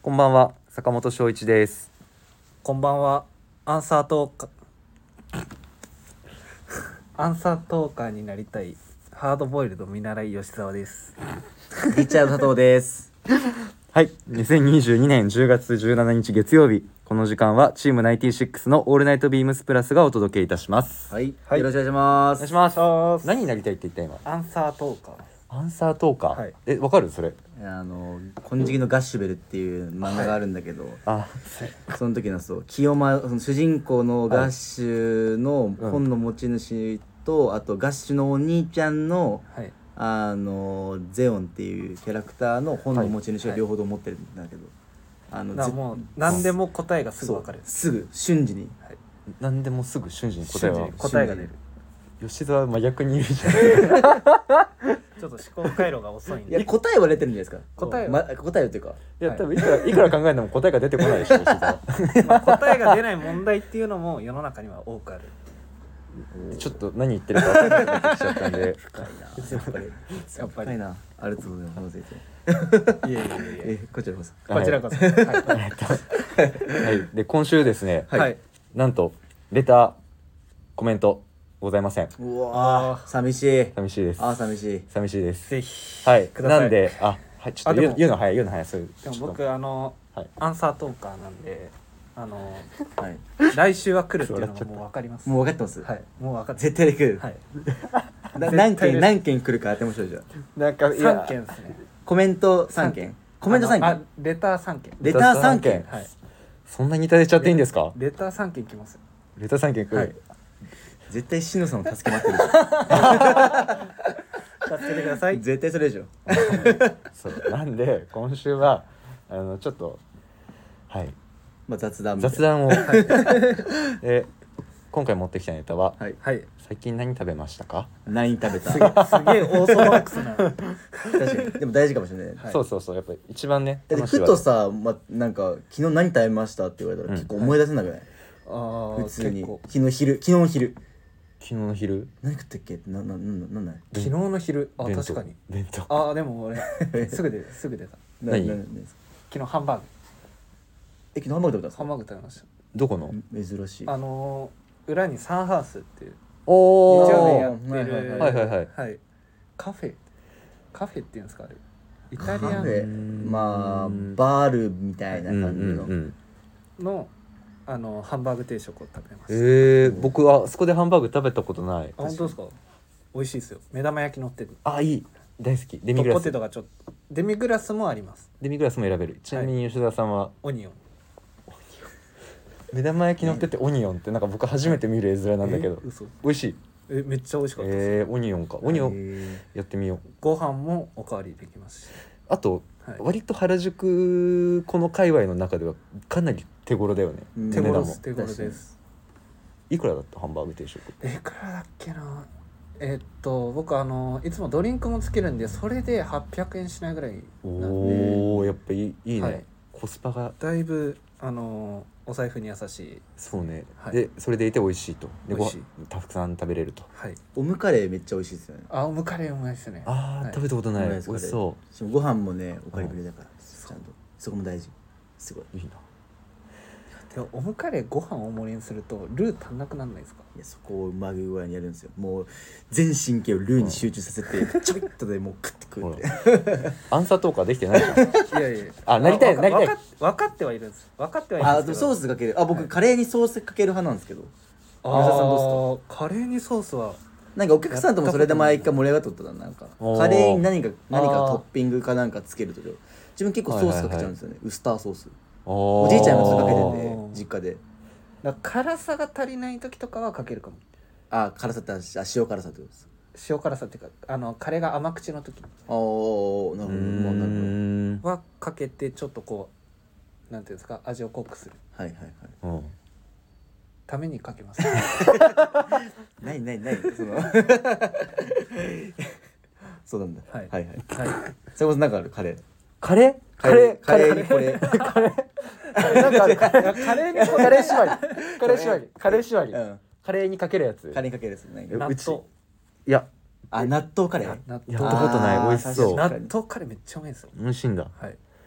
こんばんは、坂本翔一です。 こんばんは。アンサートーカーになりたいハードボイルド見習い吉沢です。 リチャード佐藤です。 はい、2022年10月17日月曜日、この時間はチーム96のオールナイトビームスプラスがお届けいたします。 はい、 はいよろしくお願いしまおす。 願いします。何になりたいって言った今？ アンサートーカー。 アンサートーカー。 はい。 わかるそれ？ 金色のガッシュベルっていう漫画があるんだけど、 あ、 その時の清間、その主人公のガッシュの本の持ち主と、あとガッシュのお兄ちゃんのはい。 ゼオンっていうキャラクターの本の持ち主が両方と持ってるんだけど、 もう何でも答えがすぐ分かる。 すぐ瞬時に何でもすぐ瞬時に答えは。 答えが出る。 吉沢真逆にいるじゃん。 ちょっと思考回路が遅いんで。 いや答えは出てるんじゃないですか。 答えは答えっていうか、 いや、多分いくら考えても答えが出てこないでしょ、吉沢。 答えが出ない問題っていうのも世の中には多くある。 ちょっと何言ってるか分からなくなってきちゃったんで。 深いなやっぱりやっぱり。 深いな。ありがとうございます。 いやいやいや。 こちらこそ。 こちらこそ。 はい。で、今週ですね、 はい。 なんとレターコメントございません。 うわー、寂しい。 寂しいです。 寂しい。 寂しいです。 ぜひ。 はい。 ください。 なんで、はい、ちょっと言うの早い、そういう。 でも僕はい、 アンサートーカーなんではい。 来週は来るっていうのがもう分かります。 もう分かってます。 はい。もう分かって絶対で来る。 はい。 何件来るか当てましょうじゃあ。 なんか 3件ですね。 コメント3件。コメント3件。 レター3件。 レター3件。 はい。 そんなにいただいちゃっていいんですか？ レター3件来ますよ。 レター3件来る。 はい。 絶対しのさんの助け待ってる。 助けてください。 絶対それでしょ。 そうなんで今週はちょっとはいまあ雑談みたいな。 雑談を。今回持ってきたネタは、 はい。 はい。 最近何食べましたか？ 何食べた？ すげえオーソドックスな。 確かに。でも大事かもしれない。 はいそうやっぱり一番ね。 だってふとさ、なんか昨日何食べましたって言われたら結構思い出せなくない？普通に。昨日の昼。 昨日の昼何食ったっけ？なんない？ 昨日の昼。あ、 弁当確かに。 弁当。 でも俺すぐ出た。 何ですか？ 昨日ハンバーグ。 昨日ハンバーグ食べたんですか？ ハンバーグ食べました。 どこの？ 珍しい。 裏にサンハウスっていうお日曜日やーってるはいカフェっていうんですか、あれイタリアンカフェ、まあバールみたいな感じの。 のハンバーグ定食を食べました。 僕はあそこでハンバーグ食べたことない。 本当ですか？美味しいですよ。目玉焼き乗ってる。 いい、大好き。デミグラス。 ポテトがちょっとデミグラスもあります。 デミグラスも選べる。ちなみに吉田さんは、 オニオン。 目玉焼き乗っててオニオンってなんか僕初めて見る絵面なんだけど、 嘘。 美味しい。 めっちゃ美味しかったです。 オニオンか。オニオンやってみよう。 ご飯もおかわりできますし。 あと、 はい割と原宿この界隈の中ではかなり手頃だよね。 手頃です。 値手頃です。 段もいくらだったハンバーグ定食？ いくらだっけな。僕いつもドリンクもつけるんで、それで800円しないぐらいなんで、 おお、やっぱいいね、 はいコスパが。 だいぶお財布に優しい。 そうね、 はいでそれでいて美味しいと。で美味しいたくさん食べれると。 はい。 オムカレーめっちゃ美味しいですよね。 オムカレーうまいですね。はい食べたことない。美うまいです味しそしかもご飯もねおかりぶりだからちゃんとそこも大事。すごい。 う。いいな。 でもオムカレーご飯大盛りにするとルー足んなくなんないですか？ いやそこをうまぐ具合にやるんですよ。もう全神経をルーに集中させてちょびっとでもう食って食うって。 アンサートーカーできてないじゃん。 いやいや。 なりたい。 分かってはいるんです。分かってはいるんですけど。 ソースかける。僕カレーにソースかける派なんですけど。 あ山田さんどうーカレーにソースはなんかお客さんともそれで毎回盛り上がっとったらなんかおーカレーに何かトッピングかなんかつけると自分結構ソースかけちゃうんですよね。ウスターソース。おじいちゃんがそれかけてて実家で。 だから辛さが足りない時とかはかけるかも。 辛さって塩辛さってことです。 塩辛さっていうかカレーが甘口の時なるほど。なるはかけてちょっとこうなんていうんですか、味を濃くするほど。はいはいはい。 ためにかけます。 ないそのそうなんだ。 はいはいはい。 はい。 それこそなんかあるカレー。 カレーにこれ。 なんかある。カレー縛り。カレーにかけるやつ。 カレーにかけるやつね。 納豆。 いや、 納豆カレー。 納やったことない。美味しそう。 納豆カレーめっちゃうまいですよ。 美味しいんだ。 はい。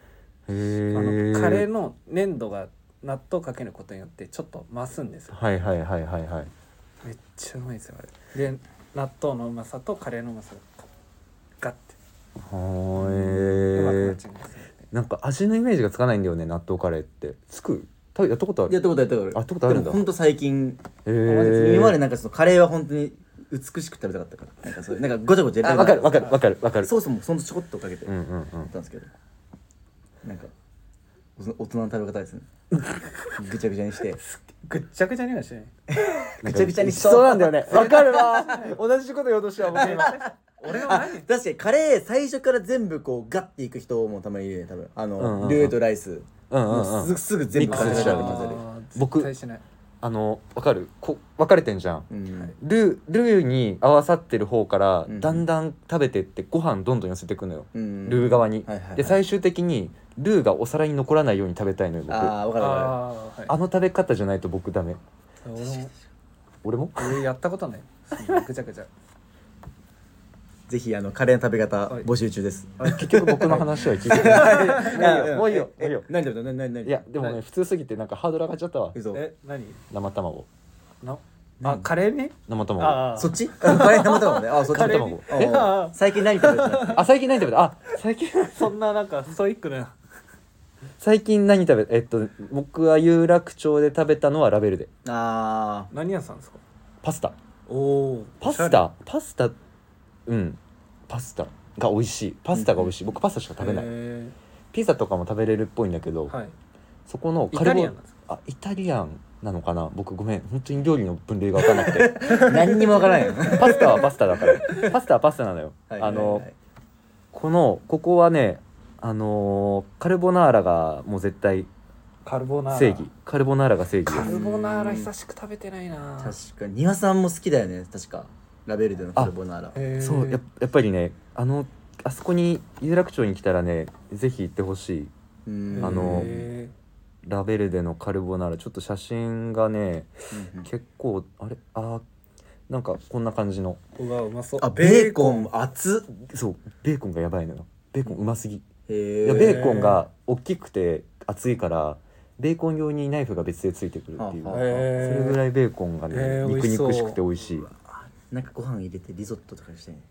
へえ。 カレーの粘度が納豆かけることによってちょっと増すんですよ。 はいはいはいはいはい。 めっちゃうまいですよあれで、納豆のうまさとカレーのうまさがガッてはうまくなっーちゃうんですよね。 なんか味のイメージがつかないんだよね、納豆カレーって。やったことある？ やったことあるやったことあるんだでもほんと最近へー今までなんかそのカレーは本当に美しく食べたかったからなんかそういうなんかごちゃごちゃやりたくないわかる。 ソースもそんとちょこっとかけてやっうんうんうん。 たんですけど、なんか大人の食べ方ですねぐちゃぐちゃにしてぐっちゃぐちゃにはしない。 ぐちゃぐちゃにしそうなんだよね。わかるわ。同じこと言おうとしたわ、僕今。 俺は何確かにカレー最初から全部こうガッていく人もたまにいるね多分うんうんうんルーとライスうんうんうん。 もうすぐ全部ミックスしちゃう混ぜる僕絶対しない。 わかる？分かれてんじゃん。 うんルーに合わさってる方からうんだんだん食べてってご飯どんどん寄せていくのよ、 うんルー側に、 はいはいはいで最終的にルーがお皿に残らないように食べたいのよ僕。 ああ分かる分かああ、 あの食べ方じゃないと僕ダメ。 俺も俺もやったことない。そんなぐちゃぐちゃ。 るぜひカレーの食べ方はい募集中です結局僕の話は聞いてないもういいよもういいよ。 何食べた何いやでもね、 はい普通すぎてなんかハードル上がっちゃったわ。 嘘え、何生卵カレーね。 生卵ああ、 そっちカレー生卵ねあそっちカレー卵あ最近何食べた最近何食べた？最近そんななんかストイックな。 最近何食べ僕は有楽町で食べたのはラベルであ何屋さんですか？ パスタおお。 パスタうんパスタが美味しい。パスタが美味しい。僕パスタしか食べない。 へピザとかも食べれるっぽいんだけど、 ーはい。 そこのイタリアンなんですか？ イタリアンなのかな。僕ごめん本当に料理の分類が分かんなくて何にもわからんよパスタはパスタだからパスタはパスタなのよ。 はいはいはいここはねカルボナーラがもう絶対カルボナーラ。 正義。カルボナーラが正義カです。 ルボナーラ久しく食べてないな。 確かに庭さんも好きだよね確かラベルでのカルボナーラへーそうやっぱりねあそこに有楽町に来たらねぜひ行ってほしい。 うんへラベルでのカルボナーラちょっと写真がねうん結構なんかこんな感じのーうわうまそう。 あベーコン熱っそうベーコンがやばいのよ。ベーコンうますぎ。 へいやベーコンが大きくて厚いからベーコン用にナイフが別でついてくるっていう、 はあそれぐらいベーコンがね、肉へー美味しそう 々しくて美味しい。 なんかご飯入れてリゾットとかして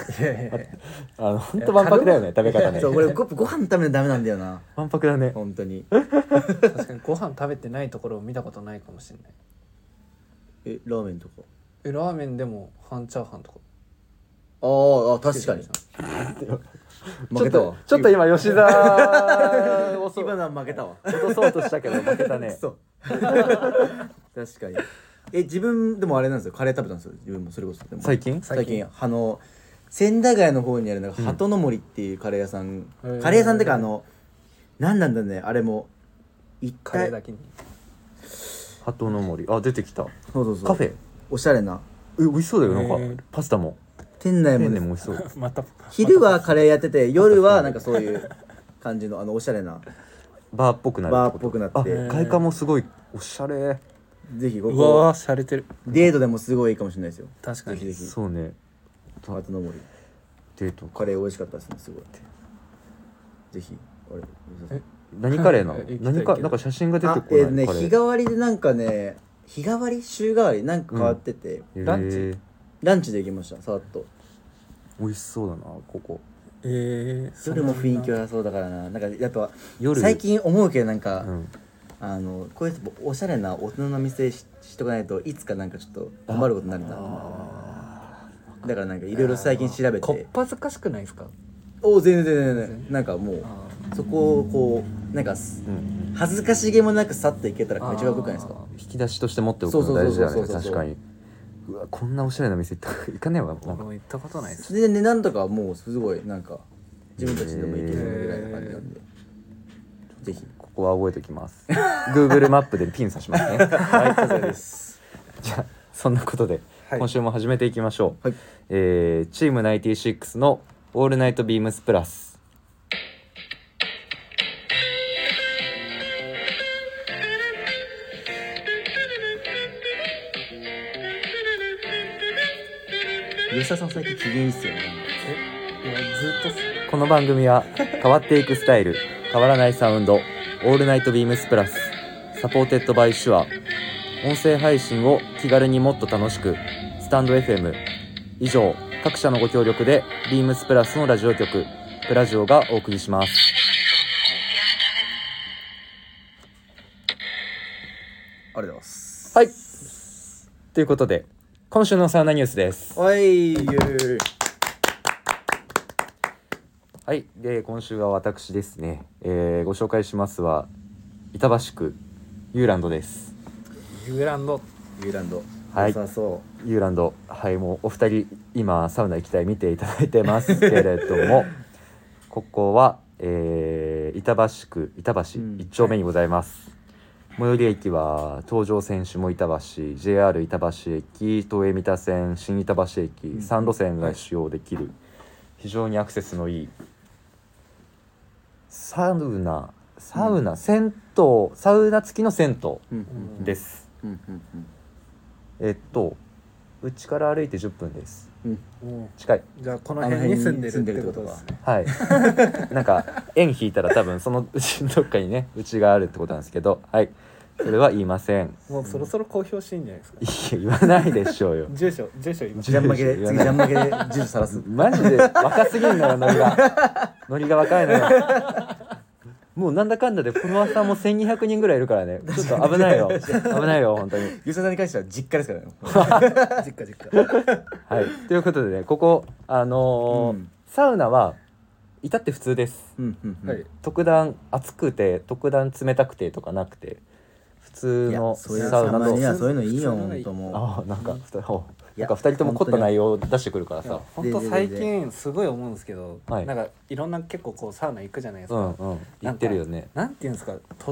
ほんとわんぱくだよね食べ方ねそう俺ご飯食べるのダメなんだよなわんぱくだね。 本当に確かにご飯食べてないところを見たことないかもしれない。 ラーメンとかラーメンでも半チャーハンとか。 確かにち負けたわょっと今吉沢を今のは負けたわ落とそうとしたけど負けたね。 そう確かに自分でもあれなんですよカレー食べたんですよ自分もそれこそでも最近最近千駄ヶ谷の方にあるなんか鳩の森っていうカレー屋さん、 へーカレー屋さんってかなんなんだねあれも一体カレーだけに。 鳩の森出てきたそうカフェ。 おしゃれな美味しそうだよなんへーかパスタも店内もね麺でも美味しそう。 また昼はカレーやってて夜はなんかそういう感じのおしゃれなバーっぽくなるバーっってこと。 ぽくなって外観もすごいおしゃれ。 ぜひこうわこー洒落てる。 デートでもすごいいいかもしれないですよ確かに。 ぜひぜひそうね鳩の森デートカレー美味しかったですねすごいぜひ何カレーなの行きたいけどなんか写真が出てこないカレ日ー。 替わりでなんかね日替わり週替わりなんか変わってて、 ランチへーランチで行きましたさらっと美味しそうだなここ。 夜も雰囲気良さそうだからななんかやっぱ夜最近思うけどなんか、 うんこういうおしゃれな大人の店しとかないといつかなんかちょっと困ることになるなだからなんかいろいろ最近調べこってぱずかしくないですか？ 全然なんかもうそこをこうなんかうん恥ずかしげもなくさっといけたら一番よくないですか引き出しとして持っておくの大事だよねそうそうそうそう確かに。うわこんなおしゃれな店行かねえわなんか僕も行ったことないです。 それで値段とかはもうすごいなんか自分たちでもいけるぐらいな感じなんでぜひここは覚えておきます Google マップでピン刺しますねはいさすがですじゃあそんなことで、 はい今週も始めていきましょう、 はいチーム96の「オールナイトビームスプラス」 吉田さん最近機嫌いいっすよねいやずっとっす。 この番組は変わっていくスタイル変わらないサウンドオールナイトビームスプラスサポーテッドバイシュア。音声配信を気軽にもっと楽しくスタンド FM。 以上各社のご協力でビームスプラスのラジオ局プラジオがお送りします。 ありがとうございます。 はい、ということで今週のサウナニュースです。 おい、イエーイ。 はい、で今週は私ですね、ご紹介しますは板橋区ユーランドです。 ユーランドユーランド、 はい、 良さそユーランド、はい、もうお二人今サウナ行きたい見ていただいてますけれどもここは、板橋区板橋1丁目にございます。最寄り駅は東上線下板橋、 JR 板橋駅、東映三田線新板橋駅、3路線が使用できる、非常にアクセスのいいサウナ銭湯、サウナ付きの銭う。 湯です。 うんうんうちから歩いて10分です。 うん近い。 じゃあこの辺に住んでるってことですね。 はいなんか円引いたら多分そのうちのどっかにねうちがあるってことなんですけど、はい、それは言いません。 もうそろそろ公表していいんじゃないですか。 いや言わないでしょうよ住所言います。 ジャン負けで次ジャン負けで住所さらす。 マジで若すぎるのよノリが若いのよ。もうなんだかんだでフォロワーさんも1200人ぐらいいるからね、ちょっと危ないよ本当に。 ユーザーさんに関しては実家ですからね。 実家はい、ということでね、ここサウナは至って普通です。 はい。 特段暑くて特段冷たくてとかなくて普通のそういうサウナの。 たまにはそういうのいいよ本当もう。 なんかいや 2人とも凝った内容を出してくるからさ。 本当最近すごい思うんですけど、 はいなんかいろんな結構こうサウナ行くじゃないですか。 言ってるよね。 なんていうんですか、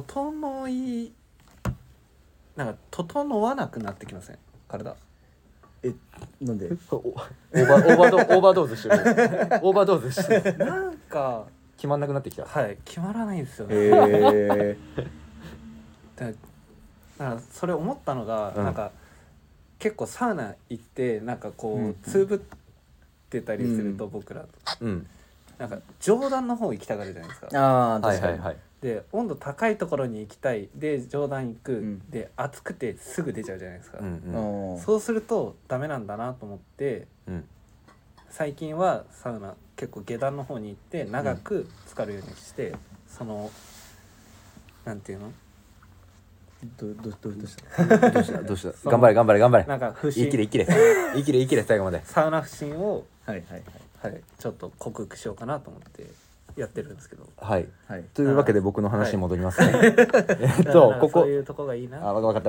整わなくなってきません体。 なんでオーバードーズしてるオーバードーズしてるなんか決まんなくなってきた。 はい決まらないんですよね。 へだからそれ思ったのが、 うんなんか結構サウナ行ってなんかこう、 うんつぶってたりすると、僕らなんか上段の方行きたがるじゃないですか。 ああ確かに。 はいはいはい。 で温度高いところに行きたいで上段行く、 んで暑くてすぐ出ちゃうじゃないですか。 うんそうするとダメなんだなと思って最近はサウナ結構下段の方に行って長く浸かるようにして、そのなんていうのどうしたどうした頑張れなんか不生きれ最後まで。 サウナ不振を、 はいはいはい、ちょっと克服しようかなと思ってやってるんですけど。 はいはい。 というわけで僕の話に戻りますね。ここそういうとこがいいな。 分かった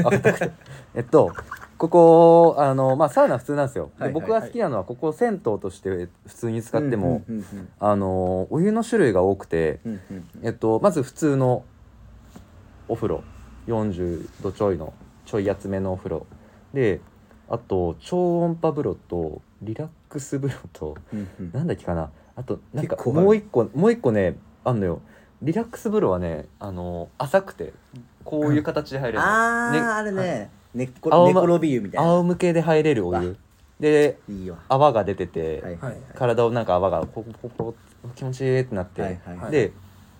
ここサウナ普通なんですよ。ではいはい僕が好きなのはここ銭湯として普通に使ってもうんうんお湯の種類が多くて、 うんうんまず普通のお風呂40度ちょいのちょい厚めのお風呂で、あと超音波風呂とリラックス風呂とうんうんなんだっけかな、あとなんか結構あるもう一個ねあんのよ。リラックス風呂はね浅くてこういう形で入れるの、 あれね寝っ青転び湯みたいな。 仰向けで入れるお湯でいいわ。 泡が出てて、 はいはい体をなんか泡がポコポコ気持ちいいってなって、 はいはいで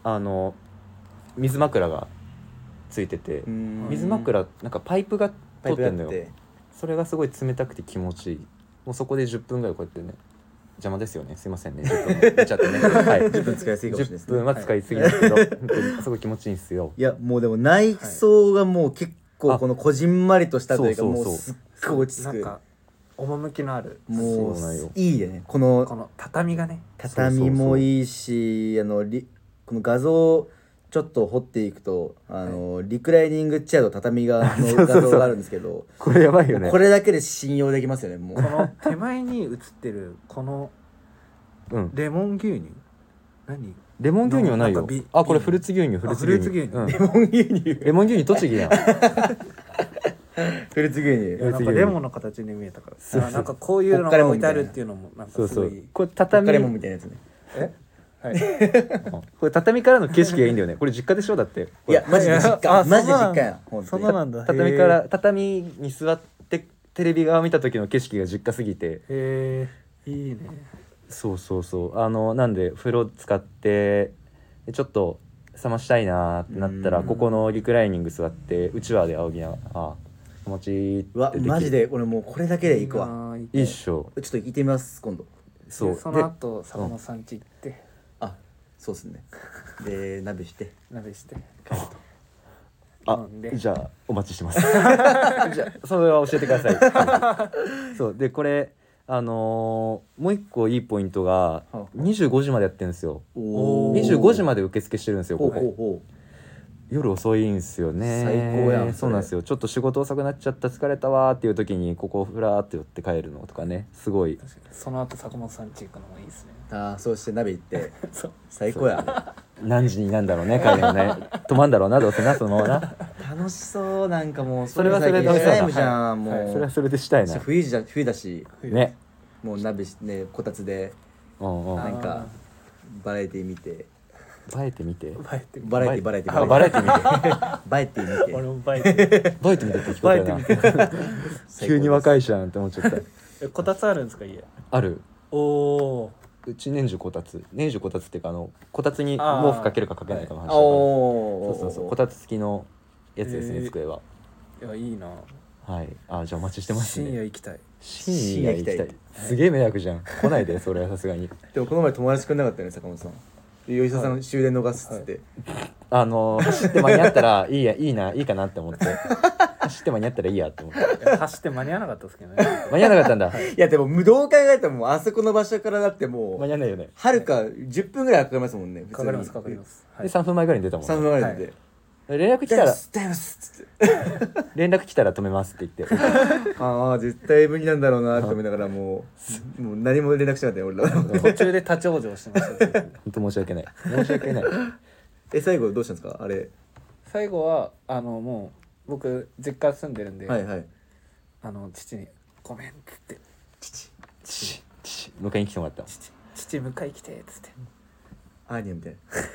水枕がついてて、水枕なんかパイプが通ってんのよ。それがすごい冷たくて気持ちいい。もうそこで10分ぐらいこうやってね、邪魔ですよね、すいませんね、10分出ちゃってね、はい、 10分使いすぎかもしれないです 10 ね。 分は使いすぎですけど、本当にすごい気持ちいいんですよ。 いやもうでも内装がもう結構このこじんまりとしたというか、 そうもうすっごい落ち着く。 なんか趣のあるもそうなんよういいよね。このこの畳がね。 畳もいいし、この画像ちょっと掘っていくとリクライニングチェアと畳の画像があるんですけど、 これやばいよね。 これだけで信用できますよね。もうこの手前に映ってるこのレモン牛乳、何？ レモン牛乳はないよなんか。 これフルーツ牛乳。 フルーツ牛乳うんレモン牛乳レモン牛乳栃木やん。 フルーツ牛乳なんかレモンの形に見えたからなんかこういうのが置いてあるっていうのもなんかすごい。 これポッカ畳レモンみたいなやつね。 はいこれ畳からの景色がいいんだよね。これ実家でしょだって。 いやマジで実家あマジで実家やん。本当にそうなんだ。 畳に座ってテレビ側見た時の景色が実家すぎて。 へえいいね。 そうなんで風呂使ってでちょっと冷ましたいなってなったらここのリクライニング座ってうちわで仰ぎながらあ気持ちいいってうわできるマジで俺もうこれだけで行くわ。 いいいいっしょ。 ちょっと行ってみます今度。 そうその後坂本さん家行ってあそうっすね。で鍋して鍋してあ飲んでじゃあお待ちしてますじゃあそれは教えてくださいそうでこれもう一個いいポイントが25時までやってるんですよ。 おー 25時まで受付してるんですよほうここ。 ほうほ夜遅いんですよね。 最高やんそうなんですよ。ちょっと仕事遅くなっちゃった疲れたわーっていう時にここふらーって寄って帰るのとかねすごい確かにその後坂本さん家行くのもいいですねう。ああそうして鍋行ってそう最高や。 何時になんだろうね帰るのね泊まんだろうなどうせなそのままな楽しそうなんかもうそれはそれで楽しそうだタイムじゃんもう。 それはそれでしたいな冬だしね。 もう鍋ねこたつでうんうんなんかバラエティ見て映えてみて映えてバラエティあバラエティ見てバラエティ見て俺も映えて映えてみてって聞こえたよな急に若いじゃんって思っちゃったこたつあるんですか家あるおおうち年中こたつっていうかこたつにあー毛布かけるかかけないかの話だあからおーそうこたつ付きのやつですねへー机は。 いやいいなはいあじゃあお待ちしてます深夜ね。 行きたい深夜行きたい深夜行きすげえ迷惑じゃん来ないでそれはさすがにでもこの前友達くんなかったよね坂本さん。吉田さん終電逃すっつって走って間に合ったらいいかなって思って走って間に合ったらいいやって思っていや走って間に合わなかったですけどね間に合わなかったんだいやでもどう考えてももうあそこの場所からだってもう間に合わないよね。 はるか10分ぐらいかかりますもんね。 かかりますかかりますはでい 3分前ぐらいに出たもん 3分ぐらいで連絡来たら 「だよす」っつって連絡来たら止めますって言ってああ絶対無理なんだろうなって思いながらもう何も連絡しなかったよ俺ら途中で立ち往生してましたね本当申し訳ない申し訳ない最後どうしたんですかあれ。 最後はもう僕実家住んでるんで、 はいはい父に「ごめん」っつって父迎えに来てもらった 「父迎え来て」っつってアーニャみたい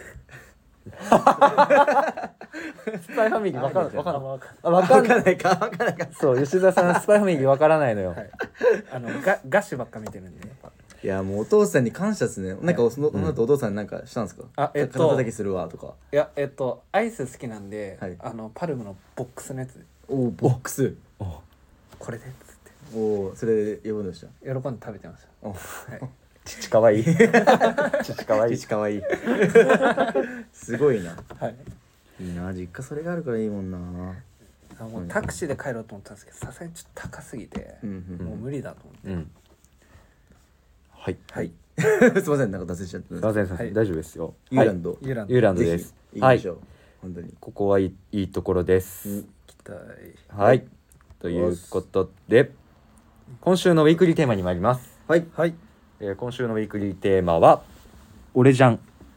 スパイファミリーわかんないあわかあわかんないないか分からないか。 そう吉田さんスパイファミリーわからないのよ、 はいガッシュばっか見てるんでいやもうお父さんに感謝っすね。なんかその後お父さんなんかしたんですか。肩叩きするわとか。 いやアイス好きなんで、 はいパルムのボックスのやつおおボックス。 これでっつっておおそれで呼ぶのした。 喜んで食べてましおた、はい、 父かわいい父かわいい父かわいい。すごいな。 はいいいな実家それがあるからいいもんな。 もうタクシーで帰ろうと思ったんですけどさすがにちょっと高すぎて、 うんもう無理だと思って、 うんはいはいうん。すいませんなんか脱線しちゃった。 すいません、 はい大丈夫ですよ。 ユーランド。 ユーランドユーランドぜですひ行きましょう。本当に。 ここはいいところです、 うん行きたいはいということで今週のウィークリーテーマに参ります。 はい。 はい今週のウィークリーテーマは俺じゃん。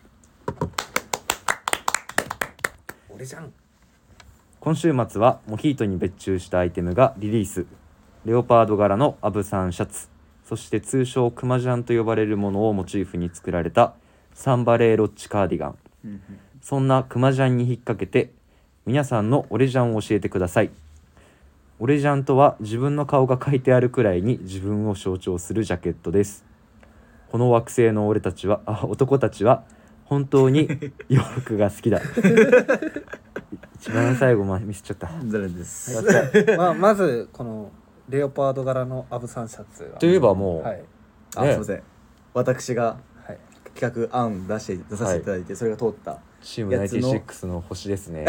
俺じゃん今週末はモヒートに別注したアイテムがリリース。レオパード柄のアブサンシャツ、そして通称クマジャンと呼ばれるものをモチーフに作られたサンバレーロッチカーディガン。そんなクマジャンに引っ掛けて皆さんの俺じゃんを教えてください。俺じゃんとは自分の顔が書いてあるくらいに自分を象徴するジャケットです。この惑星の男たちは本当に洋服が好きだ一番最後ミスっちゃったザラです。 まずこのレオパード柄のアブサンシャツがといえばもう、 はいあ、すいません。私がはい企画案出させていただいて、それが通った。 チーム96の星ですね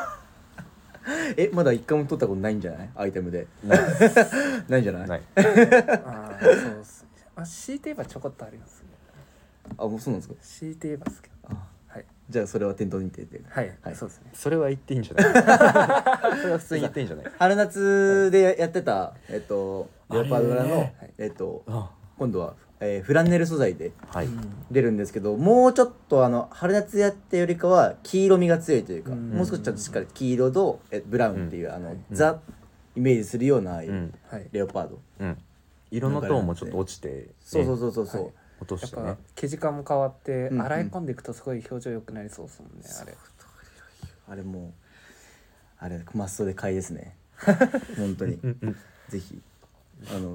まだ一回も取ったことないんじゃない？アイテムで。ないんじゃない？ ないあーそうっすね強いて言えばちょこっとありますねあ、もうそうなんですか。 強いて言えばですけどあ、 はいじゃあそれは店頭にてで。 はい、 はいそうですねそれは言っていいんじゃないそれは普通に言っていいんじゃない春夏でやってたレオパード柄のああ今度はフランネル素材ではい、 出るんですけど、もうちょっと春夏やったよりかは黄色みが強いというか、 うんもう少しちょっとしっかり黄色とブラウンっていううんザイメージするようなああいううんはいレオパード。 うん、色のトーンもちょっと落ちて、ね、 そうそう、 はい落としてねやっぱ生地感も変わってうん洗い込んでいくとすごい表情良くなりそうですもんね、あれあれもうあれマストで買いですね本当にぜひ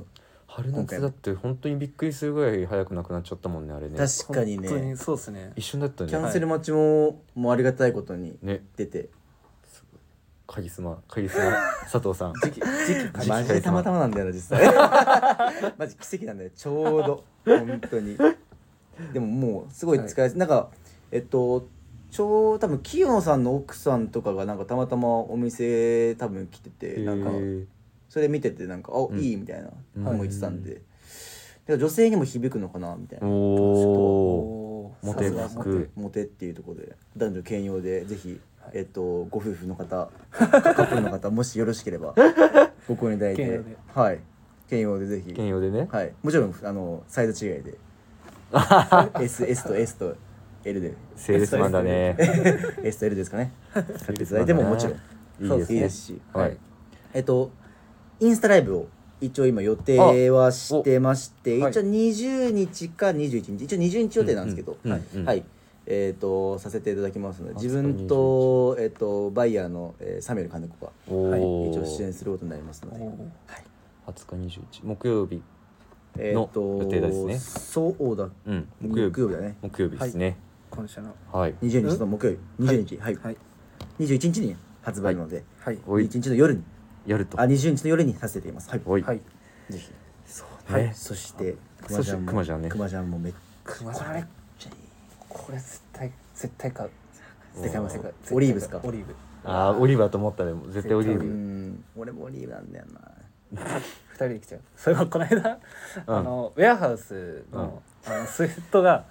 春夏だって本当にびっくりするぐらい早くなくなっちゃったもんねあれね。 確かに本当にねそうですね。 一瞬だったね。 キャンセル待ちもありがたいことにね、 出て、 カリスマ佐藤さん。 時期マジでたまたまなんだよな実際マジ奇跡なんだよちょうど本当に。でももうすごい使いやすい、なんか多分清野さんの奥さんとかがなんかたまたまお店多分来てて、なんかそれ見ててなんかいいみたいな思いてたんで、だから女性にも響くのかなみたいな。 おモテ服モテっていうところで男女兼用でぜひご夫婦の方カップルの方もしよろしければご購入いただいて、はい兼用でぜひ兼用でね、 はい、もちろんサイズ違いでS と S と L でセールスマンだね S と L ですかね買っていただいてももちろんいいですし、 はいインスタライブを一応今予定はしてまして、 はい一応20日か21日一応20日予定なんですけど、はいさせていただきますので、自分とバイヤーのサミュエル金子が一応出演することになりますので、 20日21木曜日の予定ですね。 そうだ、木曜日だね。 木曜日ですね。 今週のはい。 20日の木曜日、20日、はい。21日に発売なので、21日の夜にやると。 20日の夜にさせていただきます。 はい。 ぜひ。 そうね。 そしてクマジャンね。 クマジャンもめっちゃいい。これ絶対買う。絶対買います。 オリーブですか？ オリーブ。 ああ、オリーブだと思ったでも絶対オリーブ。 俺もオリーブなんだよな。 2人で来ちゃう。それはこの間ウェアハウスのスウェットが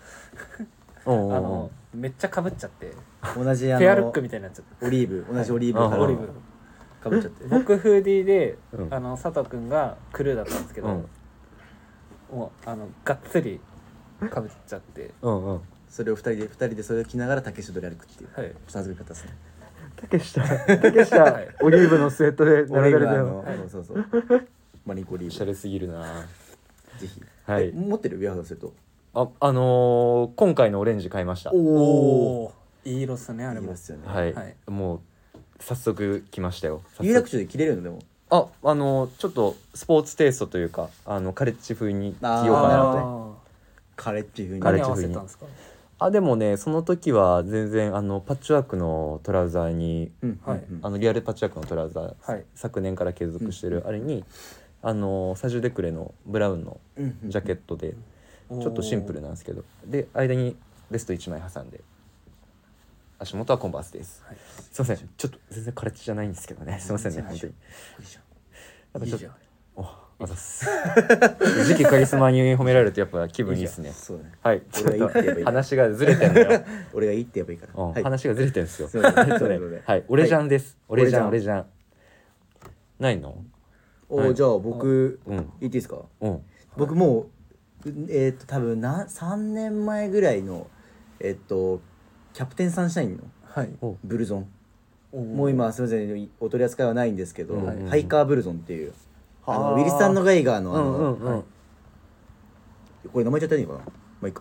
めっちゃ被っちゃって、 同じペアルックみたいになっちゃって、 オリーブ同じオリーブオリーブかぶっちゃって、 僕フーディーで佐藤くんがクルーだったんですけど、もうがっつりかぶっちゃって、 それを二人でそれを着ながら竹下通り歩くっていう恥ずかしかったですね。 竹下オリーブのスウェットで並べられてるの。 そうマリンコオリーブ。 おしゃれすぎるな。 ぜひ。 はい。 持ってるウェアハウスセット。 今回のオレンジ買いました。 おお。いい色っすねあれも。 はい。もう早速来ましたよ。 有楽町で着れるのでも。 ちょっとスポーツテイストというかカレッジ風に着ようかなと。 カレッジ風に。 何合わせたんですか？ でもねその時は全然パッチワークのトラウザーに、リアルパッチワークのトラウザー、昨年から継続してるあれにサジュデクレのブラウンのジャケットで、ちょっとシンプルなんですけど、で間にベスト1枚挟んで、足元はコンバースです。すいません、ちょっと全然カレッジじゃないんですけどね、すいませんね本当に。なんかちょっとあざす次期カリスマに褒められるとやっぱ気分いいですね。はい、ちょっと話がずれてんだよ。 俺がいいって言えばいいから。 話がずれてんですよ。はい、俺じゃんです。俺じゃん。ないの？ じゃあ僕言っていいですか？僕もう多分3年前ぐらいのキャプテンサンシャインのブルゾン。もう今すみませんお取り扱いはないんですけど、ハイカーブルゾンっていう。ウィリスさんのガイガーのこれ名前言っちゃったらいいのかな、まあいいか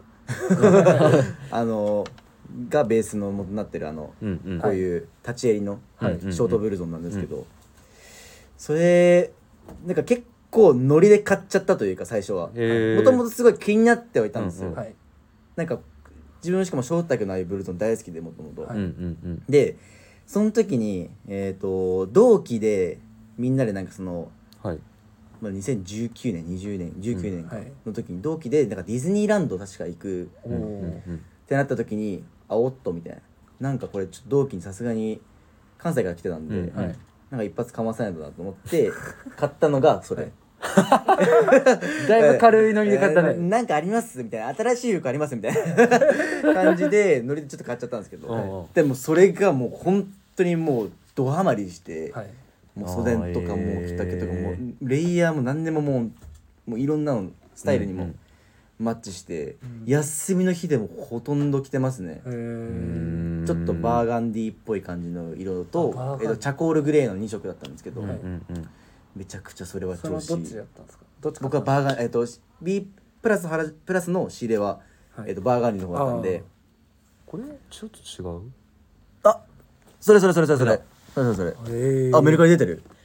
がベースの元になってるこういう立ち襟のショートブルゾンなんですけど、それなんか結構ノリで買っちゃったというか最初はもともとすごい気になってはいたんですよ。なんか自分しかもショート丈のああいうブルゾン大好きでもともとで、その時に同期でみんなでなんかその2019年20年19年の時に同期でなんかディズニーランド確か行くってなった時におっとみたいな、なんかこれちょっと同期にさすがに関西から来てたんでなんか一発かまさないとなと思って買ったのがそれ。 だいぶ軽いノリで買ったね。 なんかありますみたいな、新しい服ありますみたいな感じでノリでちょっと買っちゃったんですけど、でもそれがもう本当にもうドハマりして。もう袖とかも着丈とかもレイヤーも何でももういろんなのスタイルにもマッチして、休みの日でもほとんど着てますね。ちょっとバーガンディーっぽい感じの色とチャコールグレーの2色だったんですけど、めちゃくちゃそれは調子いい。 どっちだったんですか？ 僕はバーガンB プラスの仕入れはバーガンディの方だったんで、 これちょっと違う？ それメルカリ出てる。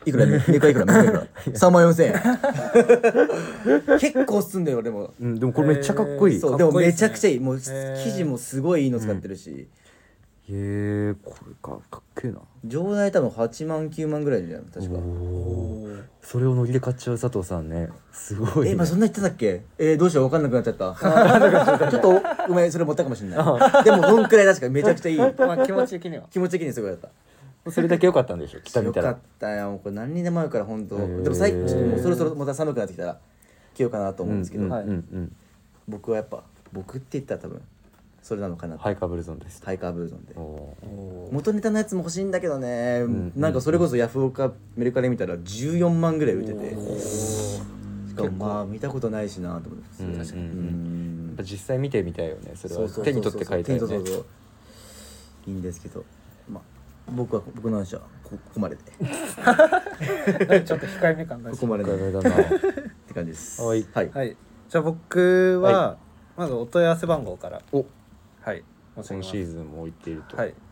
いくらメーカーいくら3万4千円結構すんだよでも、 でもこれめっちゃかっこいい。 そうでもめちゃくちゃいいもう生地もすごいいいの使ってるし、 へえ、これかっけえな。 上代多分8万9万ぐらいじゃん確か。 それをノリで買っちゃう佐藤さんね、すごいね。 今そんな言ってたっけ？どうしよう分かんなくなっちゃったちょっとごめんそれ持ったかもしれないでもそんくらい確かにめちゃくちゃいいまあ気持ち的には気持ち的にすごいだったそれだけ良かったんでしょ、着たみたら。 よかったよこれ何にでも合うから本当。でもちょっともうそろそろまた寒くなってきたら着ようかなと思うんですけど、僕はやっぱ僕って言ったら多分それなのかな。 ハイカーブルゾンです。 ハイカーブルゾンで元ネタのやつも欲しいんだけどね、なんかそれこそヤフオクかメルカリ見たら14万ぐらい売ってて、しかもまあ見たことないしなと思って、確かにやっぱ実際見てみたいよね。それは手に取って買いたいよね。 いいんですけど、まあ僕の話はここまででちょっと控えめ感がここまでだなって感じです。 はい、 じゃあ僕はまずお問い合わせ番号からはい今シーズンも置いていると。 はい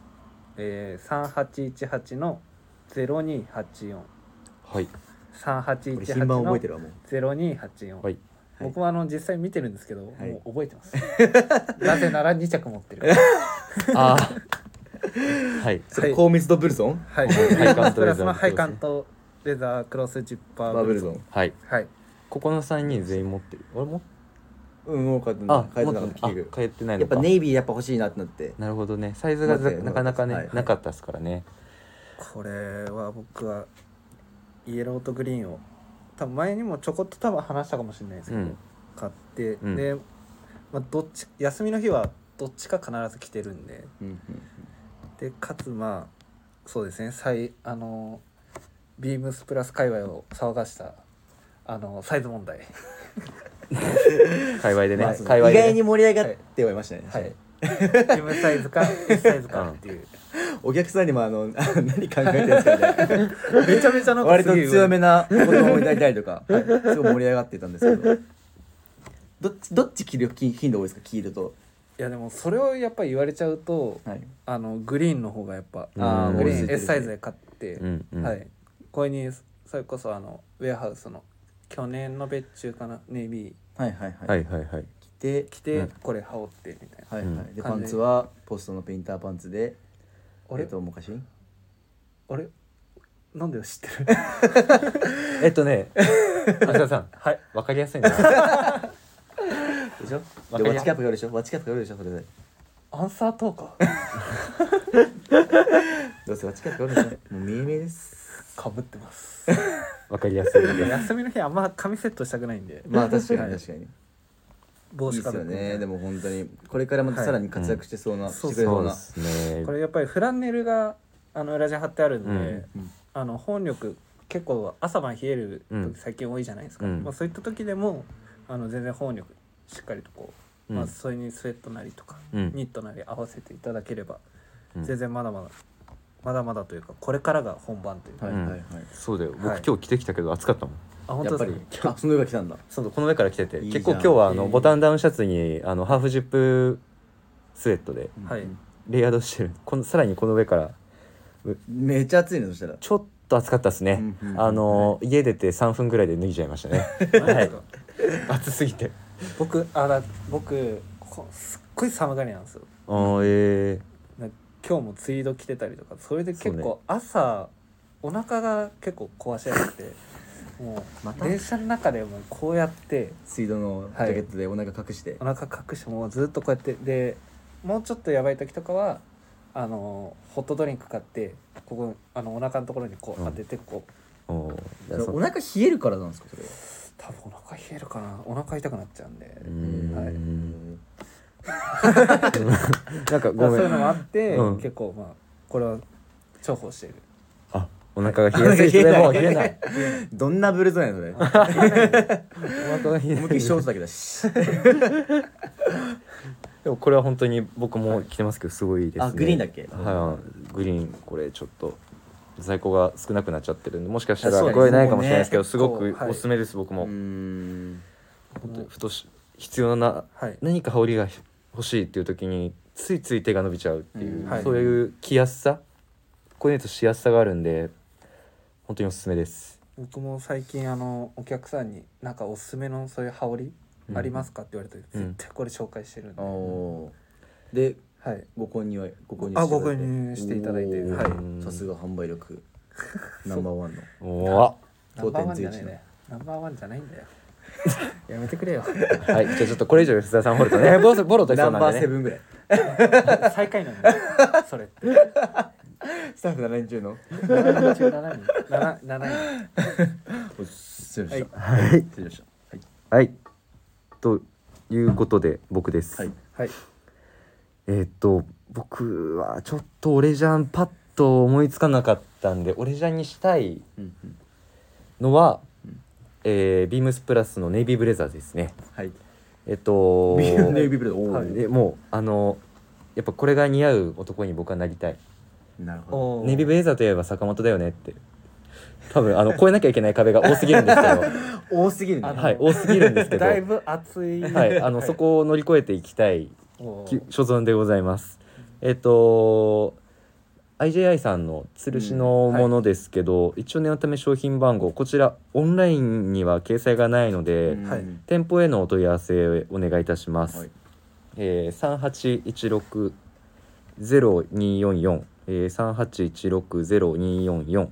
3818の0284 はい 3818 品番覚のえてるわもう 0284、はい、僕は実際見てるんですけど、もう覚えてますなぜなら2着持ってるああはいそれ高密度ブルゾンはいプラスのハイカントレザークロスジッパーブルゾンはいここの3人全員持ってる。俺ももう買ってなかった買えてないのか。 やっぱネイビーやっぱ欲しいなってなって。 なるほどね。サイズがなかなかねなかったですからね。 これは僕はイエローとグリーンを多分前にもちょこっと多分話したかもしれないですけど、買ってで、どっち休みの日はどっちか必ず着てるんで、でかつまあそうですねビームスプラス界隈を騒がしたサイズ問題界隈でね、 意外に盛り上がってはいましたね。 はい M サイズか S サイズかっていうお客さんにも何考えてるんですかねめちゃめちゃなんか割と強めなことを抱いたりとかすごい盛り上がってたんですけどどっち着る頻度多いですか？着ると。 いやでもそれをやっぱり言われちゃうと、グリーンの方がやっぱグリーン S サイズで買って、これにそれこそウェアハウスの去年の別注かなネイビー着てこれ羽織ってみたいな、 でパンツはポストのペインターパンツでもかしあれなんで知ってるね芦田さんわかりやすいなでしょ。ワッチキャップがあるでしょ。ワッチキャップがあるでしょ。それでアンサートーカどうせワッチキャップがあるでしょ。もう見え見えです。 かぶってますわかりやすい休みの日あんま髪セットしたくないんでまあ確かに帽子かぶっていいですよね。でも本当にこれからまたさらに活躍してそうな、してくれそうな。 これやっぱりフランネルが裏地貼ってあるんで、保温力結構朝晩冷える時最近多いじゃないですか、そういった時でも全然保温力しっかりとこう、それにスウェットなりとか、ニットなり合わせていただければ、全然まだまだというかこれからが本番というか、 そうだよ。僕今日着てきたけど暑かったもん。 本当ですか？その上から来たんだ。 そうこの上から着てて結構今日はボタンダウンシャツにハーフジップスウェットでレイヤードしてる。さらにこの上からめっちゃ暑いね。そしたらちょっと暑かったですね。家出て3分ぐらいで脱いじゃいましたね暑すぎて。 僕すっごい寒がりなんですよ。今日もツイード着てたりとか、それで結構朝お腹が結構壊しやすくてもう電車の中でもこうやってツイードのジャケットでお腹隠して、 お腹隠してもうずっとこうやってで、もうちょっとやばい時とかはホットドリンク買ってここお腹のところにこう当ててこう、 お腹冷えるからなんですか？それは多分お腹冷えるかな。お腹痛くなっちゃうんで、 なんかごめん、 そういうのもあって、結構まあこれは重宝している。 お腹が冷えやすい人でも冷えないどんなブルゾンやそれ。 お腹が冷え思いっきりショートだけだしでもこれは本当に僕も着てますけどすごいですね。 グリーンだっけ？ グリーンこれちょっと在庫が少なくなっちゃってるんで、もしかしたらこれないかもしれないですけど、すごくおすすめです。僕も本当に必要な何か羽織が欲しいっていう時についつい手が伸びちゃうっていう、そういう着やすさ、コーディネートしやすさがあるんで本当におすすめです。 僕も最近お客さんになんかおすすめのそういう羽織ありますかって言われて、絶対これ紹介してるんで、 ではい、 ご購入ご購入していただいて、はい、 さすが販売力ナンバーワンのナンバーワンじゃないね、ナンバーワンじゃないんだよやめてくれよはい、じゃあちょっとこれ以上吉田さん掘るとねボロとしそうなんでね。 ナンバー7ぐらい最下位なんだよそれってスタッフ7人中の 7人中7人7位失礼しました。 はい、 失礼しました。 はい、ということで僕です。 はいはい。 僕はちょっと俺じゃんパッと思いつかなかったんで、俺じゃんにしたいのは、ビームスプラスのネイビーブレザーですね。 はい。 ネイビーブレザー。 はい、でもうやっぱこれが似合う男に僕はなりたい。 なるほど。ネイビーブレザーといえば坂本だよねって。多分越えなきゃいけない壁が多すぎるんですけど多すぎるね。 はい、多すぎるんですけどだいぶ熱い、 はい、そこを乗り越えていきたい所存でございます。IJI さんの吊るしのものですけど、一応念のため商品番号こちらオンラインには掲載がないので、店舗へのお問い合わせをお願いいたします。3816-0244 3816-0244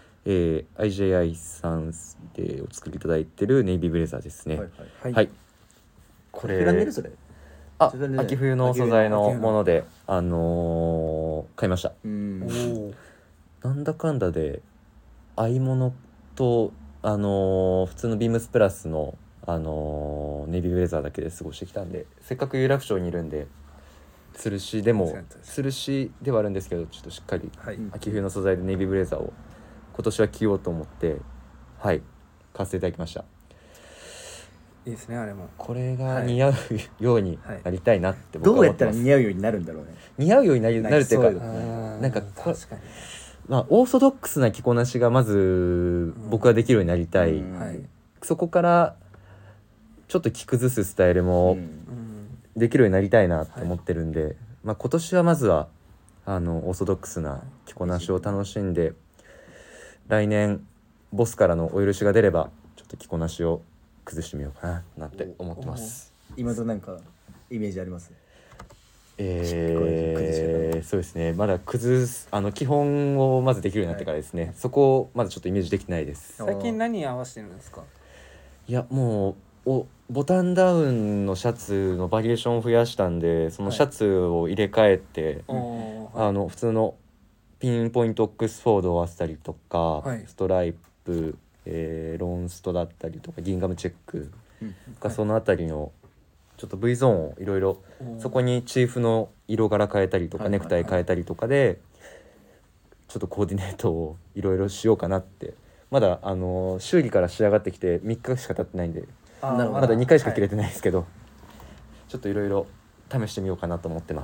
IJI さんでお作りいただいてるネイビーブレザーですね。はい、これフランネルそれ秋冬の素材のもので買いました。なんだかんだで合い物と普通のビームスプラスのネイビーブレザーだけで過ごしてきたんで、せっかく有楽町にいるんで吊るしではあるんですけど、ちょっとしっかり秋冬の素材でネイビーブレザーを今年は着ようと思って買わせていただきました。 いいですね。あれもこれが似合うようになりたいなって僕はどうや思っます。 ってたら似合うようになるんだろうね。 似合うようになるっていうか、なんか確かにオーソドックスな着こなしがまず僕はできるようになりたい、そこからちょっと着崩すスタイルもできるようになりたいなと思ってるんで、今年はまずはオーソドックスな着こなしを楽しんで、来年ボスからのお許しが出ればちょっと着こなしを崩してみようかななんて思ってます。 今となんかイメージあります？ そうですね、まだ崩す基本をまずできるようになってからですね、そこをまだちょっとイメージできてないです。 最近何合わせてるんですか？ いやもうボタンダウンのシャツのバリエーションを増やしたんで、そのシャツを入れ替えて、普通のピンポイントオックスフォードを合わせたりとか、ストライプ、ロンストだったりとかギンガムチェックとか、そのあたりのちょっと V ゾーンをいろいろ、そこにチーフの色柄変えたりとか、ネクタイ変えたりとかでちょっとコーディネートをいろいろしようかなって。まだ修理から仕上がってきて3日しか経ってないんで、まだ2回しか着れてないですけど、ちょっといろいろ試してみようかなと思ってます。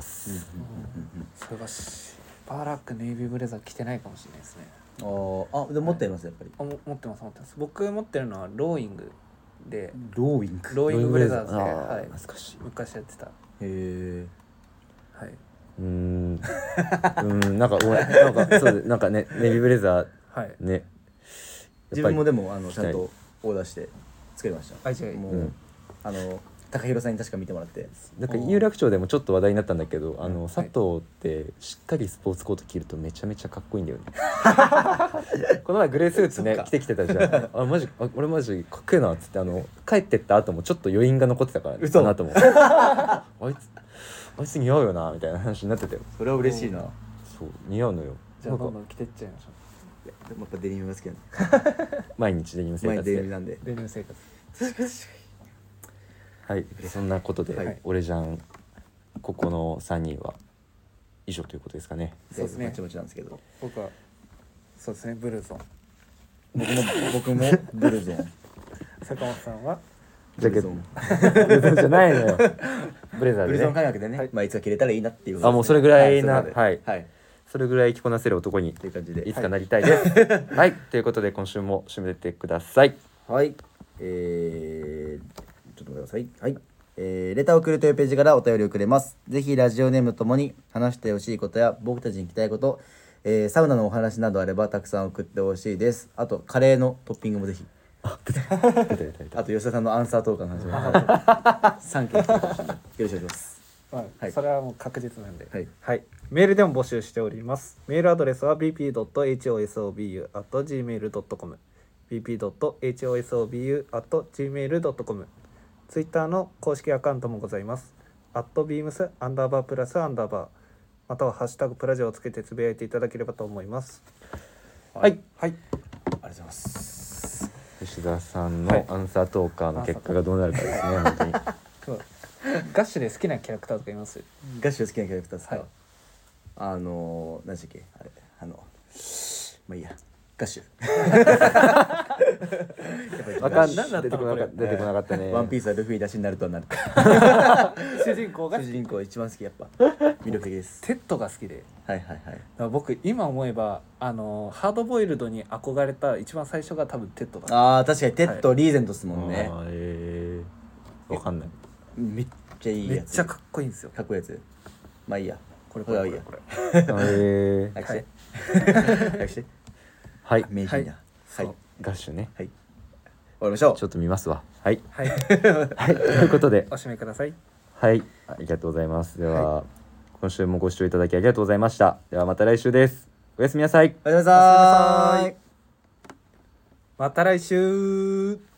そういえばバーラックネイビーブレザー着てないかもしれないですね。 でも持ってますやっぱり。 持ってます。僕持ってるのはローイングで、 ローイングブレザーズで、 懐かしい、 昔やってた。 なんかそうなんかね、ネイビーブレザーね、 自分もでもちゃんとオーダーして作りました。もう高弘さんに確か見てもらって、 なんか有楽町でもちょっと話題になったんだけど、佐藤ってしっかりスポーツコート着るとめちゃめちゃかっこいいんだよねこの前グレースーツね着てきてたじゃん。俺マジかっこいいなっつって、帰ってった後もちょっと余韻が残ってたからかなと思うあいつ似合うよなみたいな話になってたよ。 それは嬉しいな。 そう似合うのよ。 じゃあどんどん着てっちゃいましょう。 でもやっぱデニムが好きなんで毎日デニム生活で。 デニム生活はい、そんなことで、俺じゃんここの3人は以上ということですかね。 そうですね。 もちもちなんですけど、 僕はそうですね、ブルゾン。 僕もブルゾン。 坂本さんはジャケットブルゾンじゃないのよブレザーでね、 ブルゾン感覚でね、いつか着れたらいいなっていう。 もうそれぐらいな、それぐらい着こなせる男にという感じでいつかなりたいですはい、ということで今週も締めてください。 はい、ちょっと待ってください。はい、レターを送るというページからお便りをくれます。ぜひラジオネームともに話してほしいことや僕たちに聞きたいこと、 サウナのお話などあればたくさん送ってほしいです。あとカレーのトッピングもぜひ。 出たあと吉田さんのアンサートークの話も3件よろしくお願いします。 はい、それはもう確実なんで、 はい、 はい、メールでも募集しております。メールアドレスは bp.hosobu@gmail.com bp.hosobu@gmail.com ツイッターの公式アカウントもございます。@beams_+_ またはハッシュタグプラジオをつけてつぶやいていただければと思います。 はい、 はい、 ありがとうございます。 吉田さんのアンサートーカーの結果がどうなるかですね、本当に。 ガッシュで好きなキャラクターとかいます？ ガッシュ好きなキャラクターですか？ はい、 何でしたっけあれまあいいやガッシュわかんない。出てこなかったね。 ワンピースはルフィだしになるとはなる。 主人公が主人公一番好き、やっぱ魅力的です。 テッドが好きで、 はいはいはい。 だから僕今思えばハードボイルドに憧れた一番最初が多分テッドだった。 あー確かにテッド、リーゼントっすもんね。 わかんない。 めっちゃいいやつ。 めっちゃかっこいいんですよ。 かっこいいやつ。まあいいや、 これはいいや。 早早くして早くして。 はい名人だ。はい、 ガッシュね。 はい、終わりましょう。 ちょっと見ますわ。はい、 はいはい、ということでお締めください。 はい、ありがとうございます。では、今週もご視聴いただきありがとうございました。ではまた来週です。おやすみなさい。 おやすみなさーい。 また来週。